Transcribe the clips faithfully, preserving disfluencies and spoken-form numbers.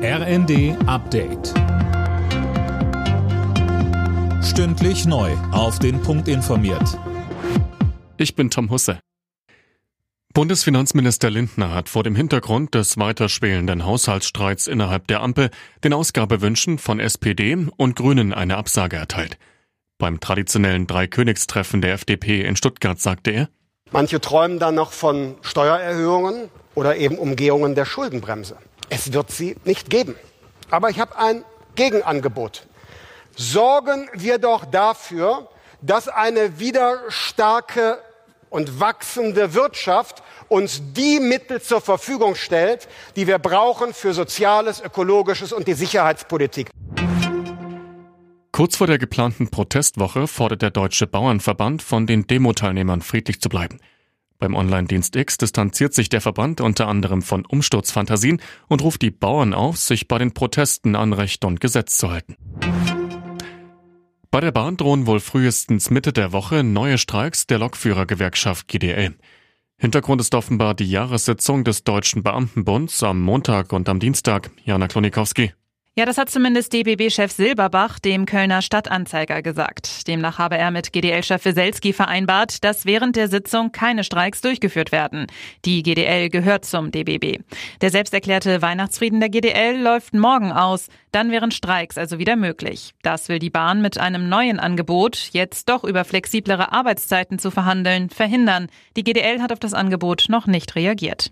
R N D Update. Stündlich neu auf den Punkt informiert. Ich bin Tom Husse. Bundesfinanzminister Lindner hat vor dem Hintergrund des weiter schwelenden Haushaltsstreits innerhalb der Ampel den Ausgabewünschen von S P D und Grünen eine Absage erteilt. Beim traditionellen Dreikönigstreffen der F D P in Stuttgart sagte er: Manche träumen dann noch von Steuererhöhungen oder eben Umgehungen der Schuldenbremse. Es wird sie nicht geben. Aber ich habe ein Gegenangebot. Sorgen wir doch dafür, dass eine wieder starke und wachsende Wirtschaft uns die Mittel zur Verfügung stellt, die wir brauchen für Soziales, Ökologisches und die Sicherheitspolitik. Kurz vor der geplanten Protestwoche fordert der Deutsche Bauernverband von den Demo-Teilnehmern friedlich zu bleiben. Beim Online-Dienst X distanziert sich der Verband unter anderem von Umsturzfantasien und ruft die Bauern auf, sich bei den Protesten an Recht und Gesetz zu halten. Bei der Bahn drohen wohl frühestens Mitte der Woche neue Streiks der Lokführergewerkschaft G D L. Hintergrund ist offenbar die Jahressitzung des Deutschen Beamtenbunds am Montag und am Dienstag. Jana Klonikowski. Ja, das hat zumindest D B B-Chef Silberbach dem Kölner Stadtanzeiger gesagt. Demnach habe er mit G D L-Chef Weselski vereinbart, dass während der Sitzung keine Streiks durchgeführt werden. Die G D L gehört zum D B B. Der selbsterklärte Weihnachtsfrieden der G D L läuft morgen aus. Dann wären Streiks also wieder möglich. Das will die Bahn mit einem neuen Angebot, jetzt doch über flexiblere Arbeitszeiten zu verhandeln, verhindern. Die G D L hat auf das Angebot noch nicht reagiert.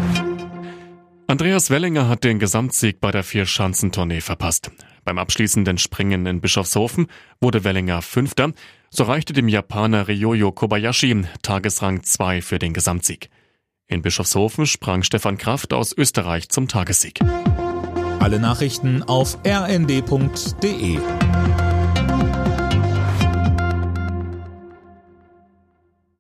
Andreas Wellinger hat den Gesamtsieg bei der Vierschanzentournee verpasst. Beim abschließenden Springen in Bischofshofen wurde Wellinger Fünfter. So reichte dem Japaner Ryoyo Kobayashi Tagesrang zwei für den Gesamtsieg. In Bischofshofen sprang Stefan Kraft aus Österreich zum Tagessieg. Alle Nachrichten auf r n d punkt d e.